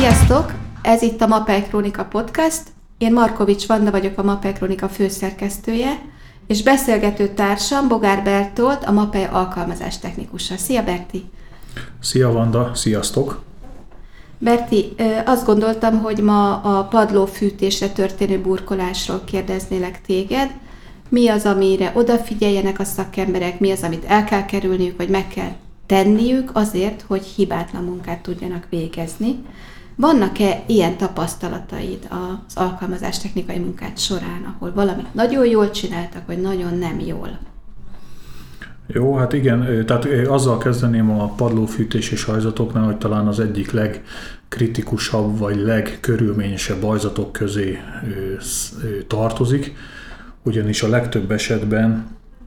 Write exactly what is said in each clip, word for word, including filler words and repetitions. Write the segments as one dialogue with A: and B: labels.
A: Sziasztok! Ez itt a Mapei Krónika Podcast. Én Markovics Vanda vagyok, a Mapei Krónika főszerkesztője, és beszélgető társam Bogár Bertold, a Mapei alkalmazás technikusa. Szia, Berti!
B: Szia, Vanda! Sziasztok!
A: Berti, azt gondoltam, hogy ma a padlófűtésre történő burkolásról kérdeznélek téged. Mi az, amire odafigyeljenek a szakemberek, mi az, amit el kell kerülniük, vagy meg kell tenniük azért, hogy hibátlan munkát tudjanak végezni. Vannak-e ilyen tapasztalataid az alkalmazás technikai munkát során, ahol valamit nagyon jól csináltak, vagy nagyon nem jól?
B: Jó, hát igen, tehát azzal kezdeném a padlófűtés és hajzatoknál, hogy talán az egyik legkritikusabb, vagy legkörülményesebb hajzatok közé tartozik, ugyanis a legtöbb esetben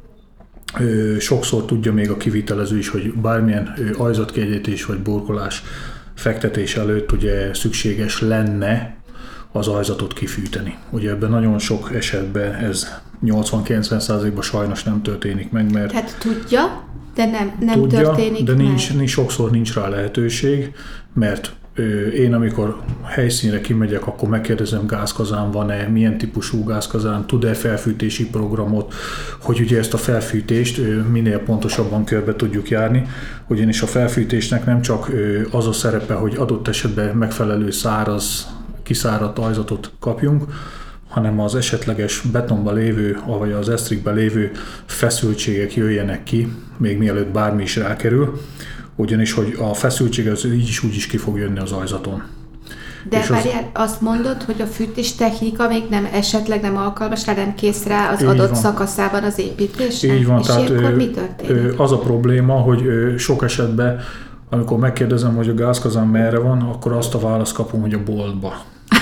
B: sokszor tudja még a kivitelező is, hogy bármilyen ajzatkiegyenlítés vagy burkolás fektetés előtt ugye szükséges lenne az ajzatot kifűteni. Ugye ebben nagyon sok esetben ez nyolcvan-kilencven százalékban sajnos nem történik meg, mert...
A: Tehát tudja, de nem, nem
B: tudja,
A: történik
B: de nincs,
A: meg.
B: nincs, sokszor nincs rá lehetőség, mert én amikor helyszínre kimegyek, akkor megkérdezem, gázkazán van-e, milyen típusú gázkazán, tud-e felfűtési programot, hogy ugye ezt a felfűtést minél pontosabban körbe tudjuk járni, ugyanis a felfűtésnek nem csak az a szerepe, hogy adott esetben megfelelő száraz, kiszáradt ajzatot kapjunk, hanem az esetleges betonba lévő, vagy az esztrikbe lévő feszültségek jöjjenek ki, még mielőtt bármi is rákerül, ugyanis, hogy a feszültség az így is úgy is ki fog jönni az ajzaton.
A: De várjál, az... azt mondod, hogy a fűtés technika még nem, esetleg nem alkalmas, le nem kész rá az
B: így
A: adott
B: van.
A: szakaszában az építésnek?
B: Így van,
A: és
B: tehát
A: ilyenkor mi történik?
B: Az a probléma, hogy sok esetben, amikor megkérdezem, hogy a gázkazán merre van, akkor azt a választ kapom, hogy a boltba.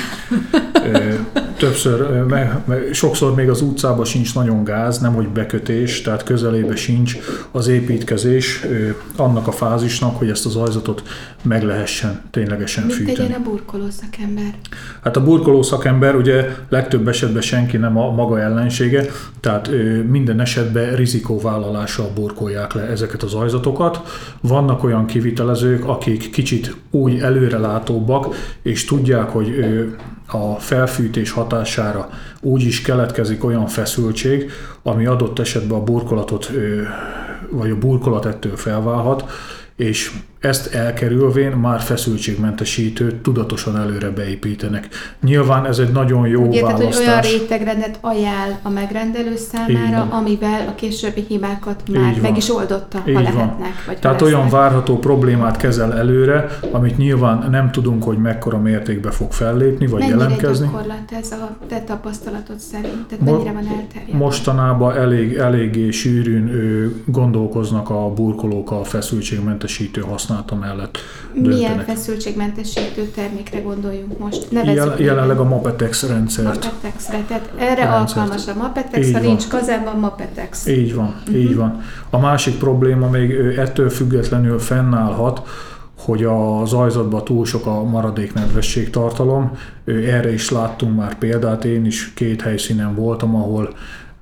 B: Többször, meg, meg, sokszor még az utcában sincs nagyon gáz, nemhogy bekötés, tehát közelébe sincs az építkezés annak a fázisnak, hogy ezt az ajzatot meg lehessen ténylegesen
A: Mit
B: fűteni.
A: Mit tegyen a burkoló szakember?
B: Hát a burkoló szakember ugye legtöbb esetben senki nem a maga ellensége, tehát minden esetben rizikóvállalással burkolják le ezeket az ajzatokat. Vannak olyan kivitelezők, akik kicsit úgy előrelátóbbak, és tudják, hogy a felfűtés hatására úgy is keletkezik olyan feszültség, ami adott esetben a burkolatot, vagy a burkolat ettől felválhat, és ezt elkerülvén már feszültségmentesítőt tudatosan előre beépítenek. Nyilván ez egy nagyon jó
A: Úgy érted,
B: választás.
A: hogy olyan rétegrendet ajánl a megrendelő számára, amivel a későbbi hibákat már meg is oldotta,
B: Így
A: ha
B: van.
A: lehetnek. Vagy
B: Tehát olyan várható problémát kezel előre, amit nyilván nem tudunk, hogy mekkora mértékben fog fellépni, vagy
A: mennyire
B: jelentkezni.
A: Mennyire gyakorlat ez a te tapasztalatod szerint? Tehát mennyire van elterjedve?
B: Mostanában elég, eléggé sűrűn ő, gondolkoznak a burkolók a feszültségmentesítő használata mellett.
A: Milyen
B: döntenek.
A: feszültségmentesítő termékre gondoljunk most?
B: Jel, jelenleg a Mapetex rendszert.
A: Mapetexre, tehát erre rendszert. Alkalmas a Mapetex,
B: így
A: ha
B: van.
A: nincs kazánban Mapetex.
B: Így van, uh-huh. így van. A másik probléma még ettől függetlenül fennállhat, hogy az ajzatban túl sok a maradék nedvesség tartalom. Erre is láttunk már példát, én is két helyszínen voltam, ahol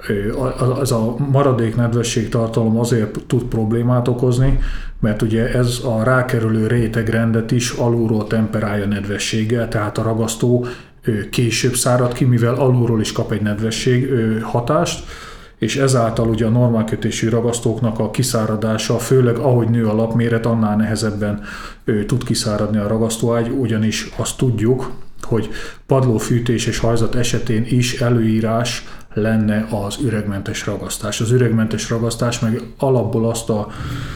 B: az a maradék nedvesség tartalom azért tud problémát okozni, mert ugye ez a rákerülő rétegrendet is alulról temperálja nedvességgel, tehát a ragasztó később szárad ki, mivel alulról is kap egy nedvesség hatást, és ezáltal ugye a normál kötésű ragasztóknak a kiszáradása, főleg ahogy nő a lapméret, annál nehezebben tud kiszáradni a ragasztóágy, ugyanis azt tudjuk, hogy padlófűtés és hajzat esetén is előírás lenne az üregmentes ragasztás. Az üregmentes ragasztás meg alapból azt, a,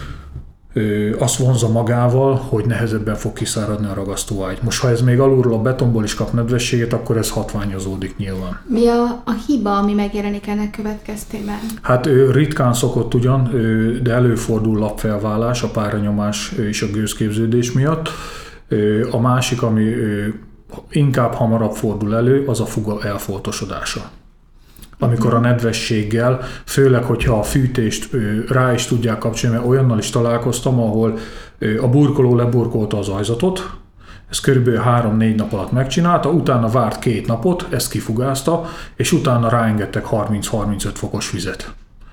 B: ö, azt vonza magával, hogy nehezebben fog kiszáradni a ragasztóágy. Most ha ez még alulról a betonból is kap nedvességet, akkor ez hatványozódik nyilván.
A: Mi a, a hiba, ami megjelenik ennek következtében?
B: Hát ö, ritkán szokott ugyan, ö, de előfordul lapfelválás, a páranyomás és a gőzképződés miatt. Ö, a másik, ami ö, inkább hamarabb fordul elő, az a fuga elfoltosodása. Amikor a nedvességgel, főleg, hogyha a fűtést rá is tudják kapcsolni, mert olyannal is találkoztam, ahol a burkoló leburkolta az ajzatot, ezt körülbelül három-négy nap alatt megcsinálta, utána várt két napot, ezt kifugázta, és utána ráengedtek harminc-harmincöt fokos vizet.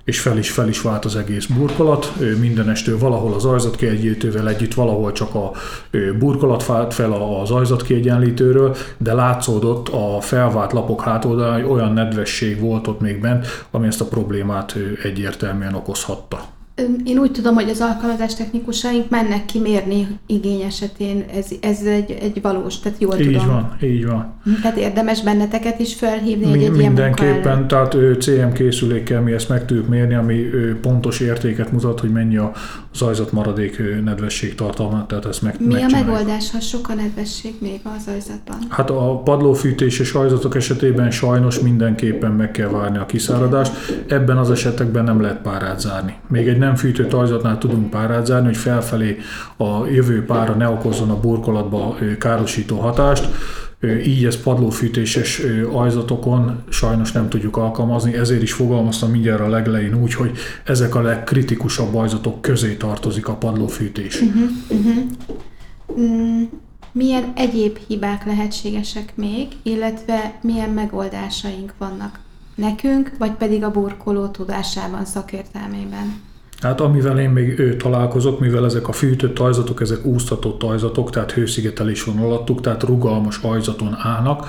B: és fel is, fel is vált az egész burkolat. Mindenestől valahol az ajzatkiegyenlítővel együtt, valahol csak a burkolat vált fel az ajzatkiegyenlítőről, de látszódott a felvált lapok hátoldalán, hogy olyan nedvesség volt ott még bent, ami ezt a problémát egyértelműen okozhatta.
A: Én úgy tudom, hogy az alkalmazás technikusaink mennek ki mérni igény esetén, ez, ez egy, egy valós, tehát jól
B: így
A: tudom.
B: Így van, így van.
A: Tehát érdemes benneteket is felhívni
B: Mi,
A: egy, egy ilyen munka
B: mindenképpen, tehát cé em készülékkel mi ezt meg tudjuk mérni, ami pontos értéket mutat, hogy mennyi az ajzatmaradék nedvesség tartalma, tehát ezt meg,
A: Mi a megoldás, ha sok a nedvesség még az ajzatban?
B: Hát a padlófűtéses ajzatok esetében sajnos mindenképpen meg kell várni a kiszáradást, ebben az esetekben nem lehet párát zárni. Még egy nem fűtött ajzatnál tudunk párát zárni, hogy felfelé a jövő pára ne okozzon a burkolatba károsító hatást. Így ezt padlófűtéses ajzatokon sajnos nem tudjuk alkalmazni, ezért is fogalmaztam mindjárt a legelején úgy, hogy ezek a legkritikusabb ajzatok közé tartozik a padlófűtés.
A: Uh-huh, uh-huh. Mm, milyen egyéb hibák lehetségesek még, illetve milyen megoldásaink vannak nekünk, vagy pedig a burkoló tudásában, szakértelmében?
B: Hát amivel én még ő találkozok, mivel ezek a fűtött ajzatok, ezek úsztatott ajzatok, tehát hőszigetelés van alattuk, tehát rugalmas ajzaton állnak.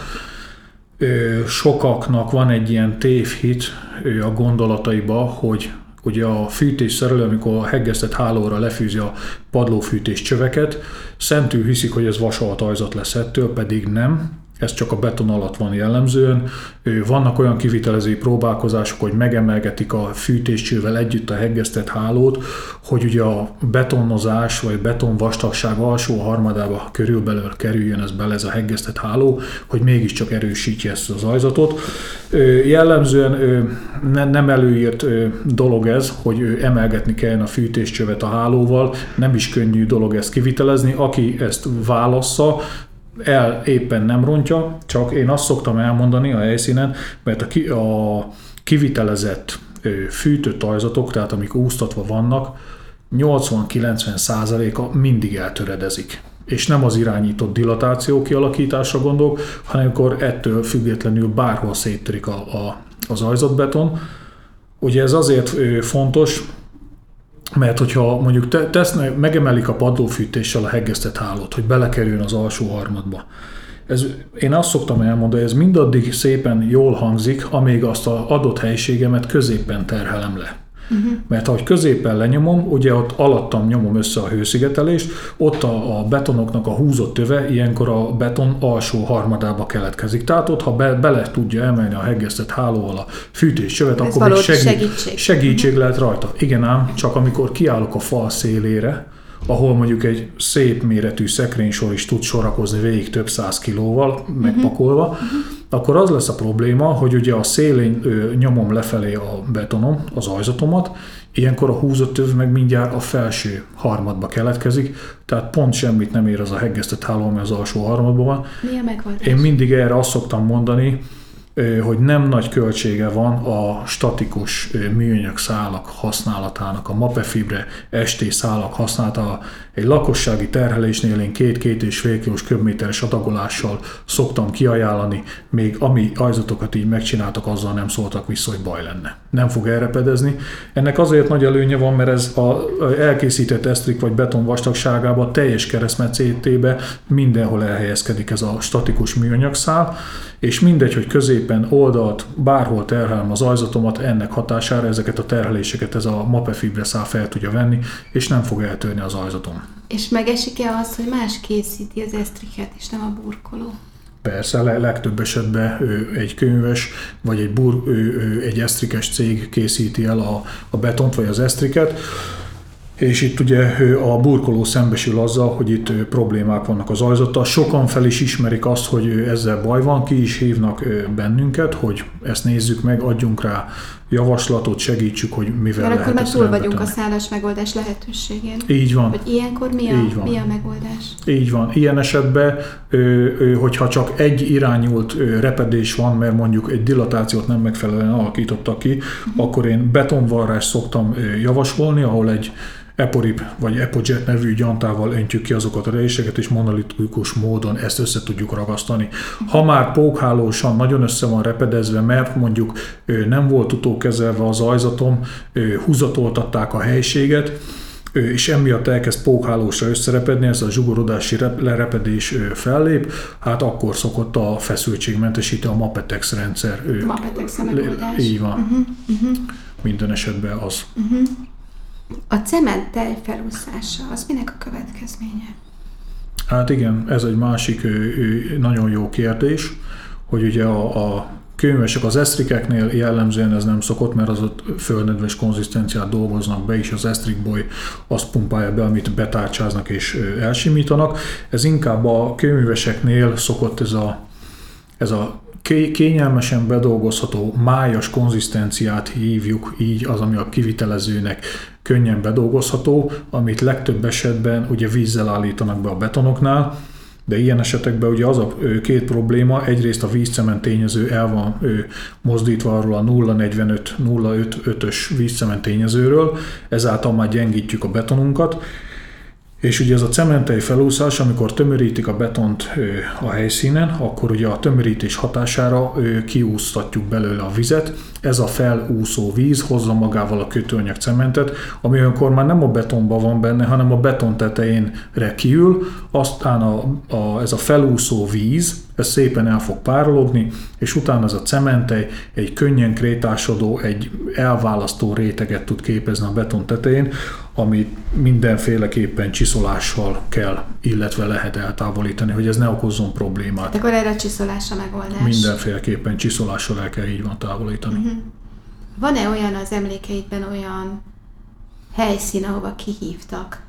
B: Sokaknak van egy ilyen tévhit a gondolataiba, hogy ugye a fűtésszerelő, amikor a heggesztett hálóra lefűzi a padlófűtés csöveket, szentül hiszik, hogy ez vasalt ajzat lesz ettől, pedig nem. Ez csak a beton alatt van jellemzően. Vannak olyan kivitelezői próbálkozások, hogy megemelgetik a fűtéscsővel együtt a heggesztett hálót, hogy ugye a betonozás vagy beton vastagság alsó harmadába körülbelül kerüljön ez bele ez a heggesztett háló, hogy mégiscsak erősítje ezt az ajzatot. Jellemzően nem előírt dolog ez, hogy emelgetni kelljen a fűtéscsövet a hálóval, nem is könnyű dolog ezt kivitelezni. Aki ezt válassza, el éppen nem rontja, csak én azt szoktam elmondani a helyszínen, mert a, ki, a kivitelezett fűtött ajzatok, tehát amik úsztatva vannak, nyolcvan-kilencven százaléka mindig eltöredezik. És nem az irányított dilatáció kialakításra gondolok, hanem amikor ettől függetlenül bárhol széttörik a, a, az ajzatbeton. Ugye ez azért fontos, mert hogyha mondjuk te, tesznek, megemelik a padlófűtéssel a heggesztett hálót, hogy belekerüljön az alsó harmadba. Ez, én azt szoktam elmondani, ez mindaddig szépen jól hangzik, amíg azt az adott helyiségemet középen terhelem le. Uh-huh. Mert ahogy középen lenyomom, ugye ott alattam nyomom össze a hőszigetelést, ott a, a betonoknak a húzott töve ilyenkor a beton alsó harmadába keletkezik. Tehát ott, ha be, bele tudja emelni a heggesztett hálóval a fűtéscsövet, akkor még segít,
A: segítség,
B: segítség uh-huh. lehet rajta. Igen ám, csak amikor kiállok a fal szélére, ahol mondjuk egy szép méretű szekrénysor is tud sorakozni végig több száz kilóval uh-huh. megpakolva, uh-huh. akkor az lesz a probléma, hogy ugye a szélén ö, nyomom lefelé a betonom, az ajzatomat, ilyenkor a húzott töv meg mindjárt a felső harmadba keletkezik, tehát pont semmit nem ér az a heggesztett háló, ami az alsó harmadban van.
A: Mi a megoldás?
B: Én mindig erre azt szoktam mondani, hogy nem nagy költsége van a statikus műanyag szálak használatának, a Mapefibre es té szálak használata. Egy lakossági terhelésnél én két-két és fél kilós köbméteres adagolással szoktam kiajánlani, még ami ajzatokat így megcsináltak, azzal nem szóltak vissza, hogy baj lenne. Nem fog elrepedezni. Ennek azért nagy előnye van, mert ez az elkészített esztrik vagy beton vastagságában teljes keresztmetszetébe mindenhol elhelyezkedik ez a statikus műanyagszál, és mindegy, hogy középen, oldalt, bárhol terhelem az ajzatomat, ennek hatására ezeket a terheléseket ez a Mapefibre szál fel tudja venni, és nem fog eltörni az ajzatom.
A: És megesik-e az, hogy más készíti az esztriket, és nem a burkoló?
B: Persze, legtöbb esetben egy könyves, vagy egy, bur, egy esztrikes cég készíti el a, a betont, vagy az esztriket, és itt ugye a burkoló szembesül azzal, hogy itt problémák vannak az ajzattal. Sokan fel is ismerik azt, hogy ezzel baj van, ki is hívnak bennünket, hogy ezt nézzük meg, adjunk rá javaslatot, segítsük, hogy mivel
A: mert
B: lehet ezt
A: akkor már túl vagyunk
B: rendetenni.
A: a szálas megoldás lehetőségén.
B: Így van.
A: Hogy ilyenkor mi a,
B: Így van.
A: mi a megoldás?
B: Így van. Ilyen esetben, hogyha csak egy irányult repedés van, mert mondjuk egy dilatációt nem megfelelően alakítottak ki, uh-huh. akkor én betonvarrást szoktam javasolni, ahol egy Eporip vagy Epojet nevű gyantával öntjük ki azokat a réseket, és monolitikus módon ezt össze tudjuk ragasztani. Ha már pókhálósan nagyon össze van repedezve, mert mondjuk nem volt utókezelve az ajzatom, húzatoltatták a helységet, és emiatt elkezd pókhálósra összerepedni, ez a zsugorodási lerepedés fellép, hát akkor szokott a feszültségmentesítő, a Mapetex rendszer.
A: Mapetex a megoldás.
B: Így van.
A: Uh-huh, uh-huh.
B: Minden esetben az.
A: Uh-huh. A cementtej felúszása, az minek a következménye?
B: Hát igen, ez egy másik nagyon jó kérdés, hogy ugye a, a kőművesek az esztrikeknél jellemzően ez nem szokott, mert az ott földnedves konzisztenciát dolgoznak be, és az esztrikboly azt pumpálja be, amit betárcsáznak és elsimítanak. Ez inkább a kőműveseknél szokott ez a, ez a kényelmesen bedolgozható májas konzisztenciát hívjuk, így az, ami a kivitelezőnek könnyen bedolgozható, amit legtöbb esetben ugye vízzel állítanak be a betonoknál, de ilyen esetekben ugye az a két probléma, egyrészt a vízcement tényező el van mozdítva arról a nulla negyvenöt nulla ötös vízcement tényezőről, ezáltal már gyengítjük a betonunkat, és ugye ez a cementtej felúszás, amikor tömörítik a betont a helyszínen, akkor ugye a tömörítés hatására kiúsztatjuk belőle a vizet. Ez a felúszó víz hozza magával a kötőanyag cementet, ami olyankor már nem a betonban van benne, hanem a beton tetejénre kiül, aztán a, a, ez a felúszó víz, ez szépen el fog párologni, és utána ez a cementtej egy könnyen krétásodó, egy elválasztó réteget tud képezni a beton tetején, amit mindenféleképpen csiszolással kell, illetve lehet eltávolítani, hogy ez ne okozzon problémát.
A: De akkor erre a csiszolás a megoldás?
B: Mindenféleképpen csiszolással el kell így van távolítani. Uh-huh.
A: Van-e olyan az emlékeidben olyan helyszín, ahova kihívtak,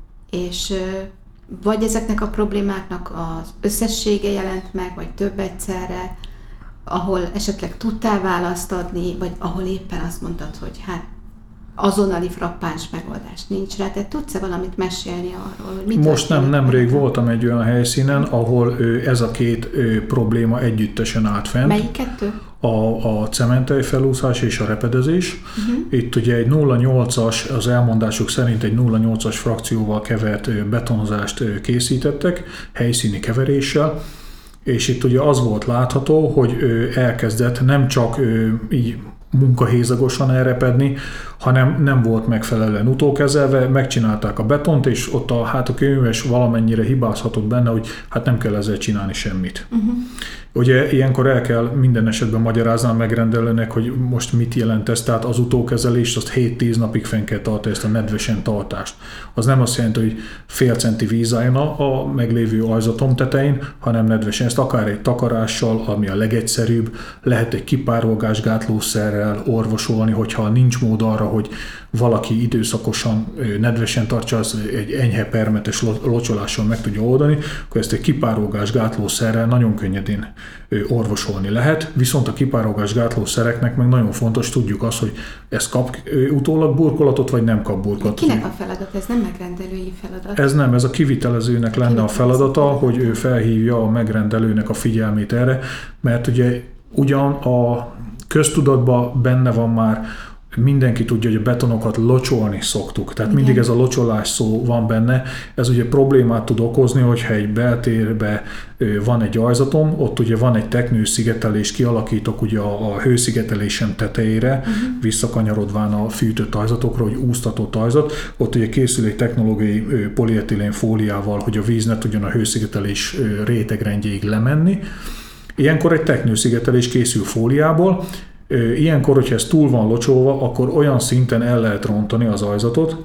A: és vagy ezeknek a problémáknak az összessége jelent meg, vagy több egyszerre, ahol esetleg tudtál választ adni, vagy ahol éppen azt mondtad, hogy hát azonnali frappáns megoldás nincs rá. Te tudsz-e valamit mesélni arról, hogy mit
B: Most nem, nemrég voltam egy olyan helyszínen, ahol ez a két probléma együttesen állt fent.
A: Melyik kettő?
B: A, a cementtej felúszás és a repedezés. Uh-huh. Itt ugye egy nulla nyolcas, az elmondások szerint egy nulla nyolcas frakcióval kevert betonozást készítettek, helyszíni keveréssel, és itt ugye az volt látható, hogy elkezdett nem csak így munkahézagosan elrepedni, hanem nem volt megfelelően utókezelve, megcsinálták a betont, és ott a, hát a kőműves valamennyire hibázhatott benne, hogy hát nem kell ezzel csinálni semmit. Uh-huh. Ugye ilyenkor el kell minden esetben magyarázni a megrendelőnek, hogy most mit jelent ez, tehát az utókezelést, azt hét-tíz napig fenn kell tartani, ezt a nedvesen tartást. Az nem azt jelenti, hogy fél centi víz álljon a meglévő ajzatom tetején, hanem nedvesen. Ezt akár egy takarással, ami a legegyszerűbb, lehet egy kipárolgásgátlószerrel orvosolni, hogyha nincs mód arra, hogy valaki időszakosan nedvesen tartsa, az egy enyhe permetes locsolással meg tudja oldani, akkor ezt egy kipárolgásgátlószerrel nagyon könnyedén orvosolni lehet, viszont a kipárolgásgátlószereknek meg nagyon fontos, tudjuk azt, hogy ez kap utólag burkolatot, vagy nem kap burkolatot.
A: Kinek a feladat? Ez nem megrendelői feladat?
B: Ez nem, ez a kivitelezőnek lenne a feladata, hogy ő felhívja a megrendelőnek a figyelmét erre, mert ugye ugyan a köztudatban benne van már, mindenki tudja, hogy a betonokat locsolni szoktuk. Tehát igen, mindig ez a locsolás szó van benne. Ez ugye problémát tud okozni, hogyha egy beltérbe van egy ajzatom, ott ugye van egy teknőszigetelés, kialakítok ugye a, a hőszigetelésem tetejére, uh-huh. visszakanyarodván a fűtött ajzatokra, hogy úsztatott ajzat. Ott ugye készül egy technológiai polietilén fóliával, hogy a víz ne tudjon a hőszigetelés rétegrendjéig lemenni. Ilyenkor egy teknőszigetelés készül fóliából. Ilyenkor, hogyha ez túl van locsolva, akkor olyan szinten el lehet rontani az ajzatot,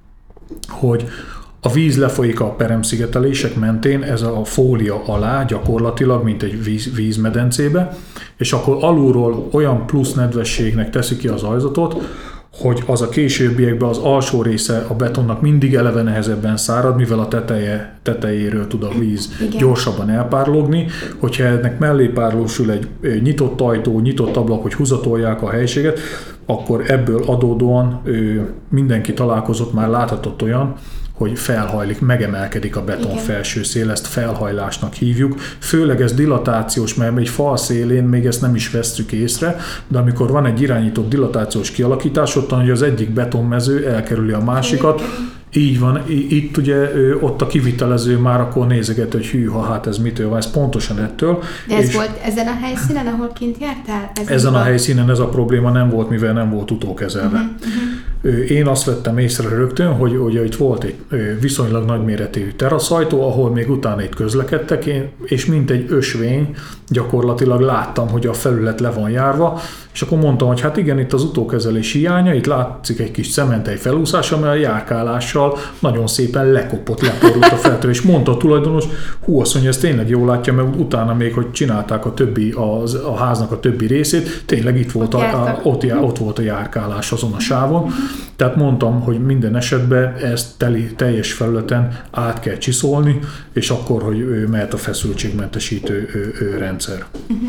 B: hogy a víz lefolyik a peremszigetelések mentén, ez a fólia alá gyakorlatilag, mint egy víz, vízmedencébe, és akkor alulról olyan plusz nedvességnek teszi ki az ajzatot, hogy az a későbbiekben az alsó része a betonnak mindig eleve nehezebben szárad, mivel a teteje, tetejéről tud a víz igen, gyorsabban elpárologni. Hogyha ennek mellé párolósul egy nyitott ajtó, nyitott ablak, hogy húzatolják a helységet, akkor ebből adódóan mindenki találkozott, már láthatott olyan, hogy felhajlik, megemelkedik a beton igen, felső szél, ezt felhajlásnak hívjuk. Főleg ez dilatációs, mert egy fal szélén még ezt nem is vesszük észre, de amikor van egy irányított dilatációs kialakítás, ottan, hogy az egyik betonmező elkerüli a másikat, Így van, itt ugye ott a kivitelező már akkor nézeget, hogy hűha, hát ez mitől van, ez pontosan ettől.
A: De ez volt ezen a helyszínen, ahol kint jártál?
B: Ez ezen a van? helyszínen ez a probléma nem volt, mivel nem volt utókezelve. Uh-huh, uh-huh. Én azt vettem észre rögtön, hogy ugye itt volt egy viszonylag nagyméretű teraszajtó, ahol még utána itt közlekedtek, én, és mint egy ösvény gyakorlatilag láttam, hogy a felület le van járva, és akkor mondtam, hogy hát igen, itt az utókezelés hiánya, itt látszik egy kis cementely felúszás, amely a járkálással nagyon szépen lekopott, leporult a feltől, és mondta a tulajdonos, hú, azt mondja, ez tényleg jól látja, mert utána még, hogy csinálták a többi, az, a háznak a többi részét, tényleg itt volt ott, a, a, ott, ott volt a járkálás azon a sávon. Tehát mondtam, hogy minden esetben ezt teli, teljes felületen át kell csiszolni, és akkor, hogy mehet a feszültségmentesítő rendszer.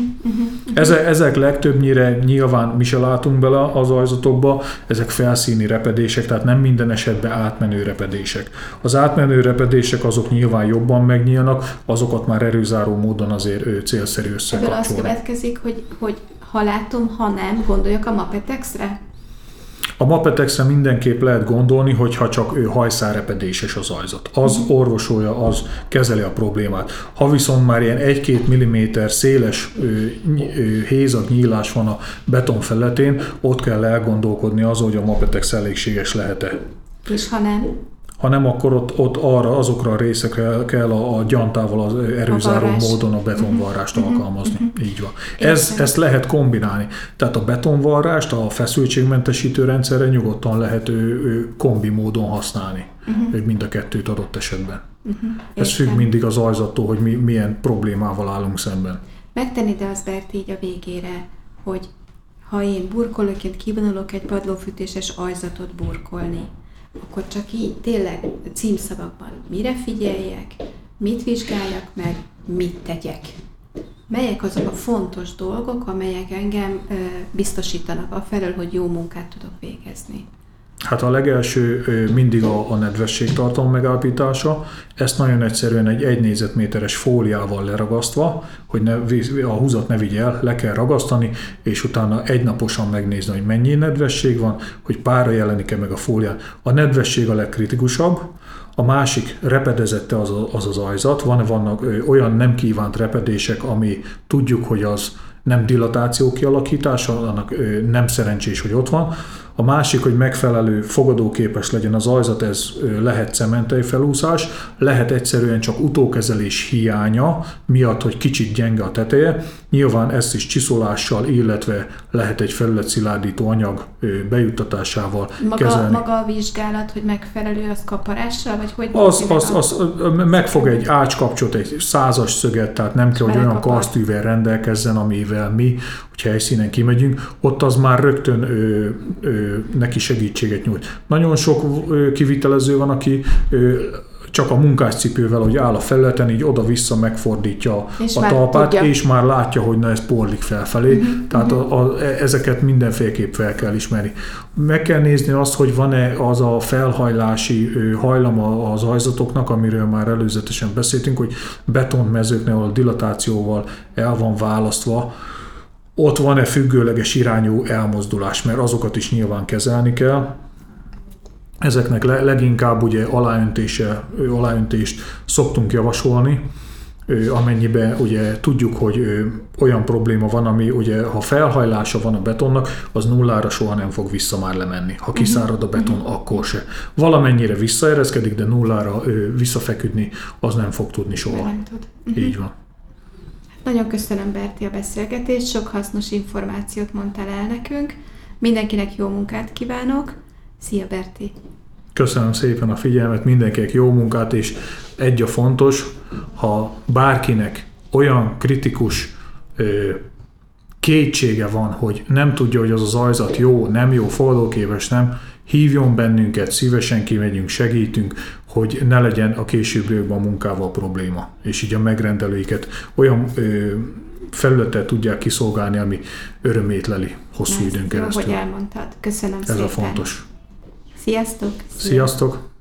B: Ezek, ezek legtöbbnyire nyilván mi se látunk bele az ajzatokba, ezek felszíni repedések, tehát nem minden esetben átmenő repedések. Az átmenő repedések azok nyilván jobban megnyílnak, azokat már erőzáró módon azért célszerű összekapcsolni.
A: Ebből az következik, hogy, hogy ha látom, ha nem, gondoljak a Mapetexre?
B: A Mapetexre mindenképp lehet gondolni, hogyha csak ő hajszálrepedéses az ajzat. Az orvosolja, az kezeli a problémát. Ha viszont már ilyen egy-két milliméter széles hézag nyílás van a beton felületén, ott kell elgondolkodni azon, hogy a Mapetex elégséges lehet-e.
A: És ha nem?
B: Ha nem, akkor ott, ott arra, azokra a részekre kell a, a gyantával az erőzáró a módon a betonvarrást uh-huh. alkalmazni. Uh-huh. Így van. Ez, ezt lehet kombinálni. Tehát a betonvarrást a feszültségmentesítő rendszerre nyugodtan lehet ő, ő kombi módon használni. Uh-huh. Mind a kettőt adott esetben. Uh-huh. Ez függ mindig az ajzattól, hogy mi, milyen problémával állunk szemben.
A: Megtenni de azt, Bert, így a végére, hogy ha én burkolóként kivonulok egy padlófűtéses ajzatot burkolni, akkor csak így tényleg címszavakban mire figyeljek, mit vizsgáljak meg, mit tegyek. Melyek azok a fontos dolgok, amelyek engem ö, biztosítanak afelől, hogy jó munkát tudok végezni.
B: Hát a legelső mindig a, a nedvességtartalom megállapítása. Ezt nagyon egyszerűen egy egy négyzetméteres fóliával leragasztva, hogy ne, a húzat ne vigye el, le kell ragasztani, és utána egynaposan megnézni, hogy mennyi nedvesség van, hogy pára jelenik-e meg a fólián. A nedvesség a legkritikusabb, a másik repedezette az az, az ajzat, van, vannak ö, olyan nem kívánt repedések, ami tudjuk, hogy az nem dilatáció kialakítása, annak ö, nem szerencsés, hogy ott van. A másik, hogy megfelelő fogadóképes legyen az ajzat, ez lehet cementely felúszás, lehet egyszerűen csak utókezelés hiánya miatt, hogy kicsit gyenge a teteje. Nyilván ezt is csiszolással, illetve lehet egy felületszilárdító anyag bejuttatásával
A: maga,
B: kezelni.
A: Maga a vizsgálat, hogy megfelelő, az kaparással, vagy hogy?
B: Az, az, az, az megfog egy ácskapcsot, egy százas szöget, tehát nem kell, hogy olyan karsztűvel rendelkezzen, amivel mi, hogy helyszínen kimegyünk, ott az már rögtön ö, ö, neki segítséget nyújt. Nagyon sok ö, kivitelező van, aki ö, csak a munkáscipővel, hogy áll a felületen, így oda-vissza megfordítja és a talpát, tudja. És már látja, hogy na ez porlik felfelé. Uh-huh, Tehát uh-huh. A, a, ezeket mindenféleképp fel kell ismerni. Meg kell nézni azt, hogy van-e az a felhajlási hajlama az ajzatoknak, amiről már előzetesen beszéltünk, hogy betonmezőknél, ahol dilatációval el van választva, ott van-e függőleges irányú elmozdulás, mert azokat is nyilván kezelni kell. Ezeknek leginkább ugye aláöntése, aláöntést szoktunk javasolni, amennyiben ugye tudjuk, hogy olyan probléma van, ami ugye, ha felhajlása van a betonnak, az nullára soha nem fog vissza már lemenni. Ha kiszárad a beton, uh-huh. akkor se. Valamennyire visszaereszkedik, de nullára visszafeküdni az nem fog tudni soha.
A: Nem tud. Uh-huh.
B: Így van.
A: Nagyon köszönöm, Berti, a beszélgetést, sok hasznos információt mondtál el nekünk. Mindenkinek jó munkát kívánok. Szia, Berti!
B: Köszönöm szépen a figyelmet, mindenkinek jó munkát, és egy a fontos, ha bárkinek olyan kritikus ö, kétsége van, hogy nem tudja, hogy az az ajzat jó, nem jó, fogadóképes, nem, hívjon bennünket, szívesen kimegyünk, segítünk, hogy ne legyen a későbbiekben a munkával probléma, és így a megrendelőiket olyan ö, felületet tudják kiszolgálni, ami örömét leli hosszú időn keresztül.
A: Jó, hogy elmondtad. Köszönöm
B: Ez
A: szépen.
B: Ez a fontos.
A: Sziasztok!
B: Sziasztok!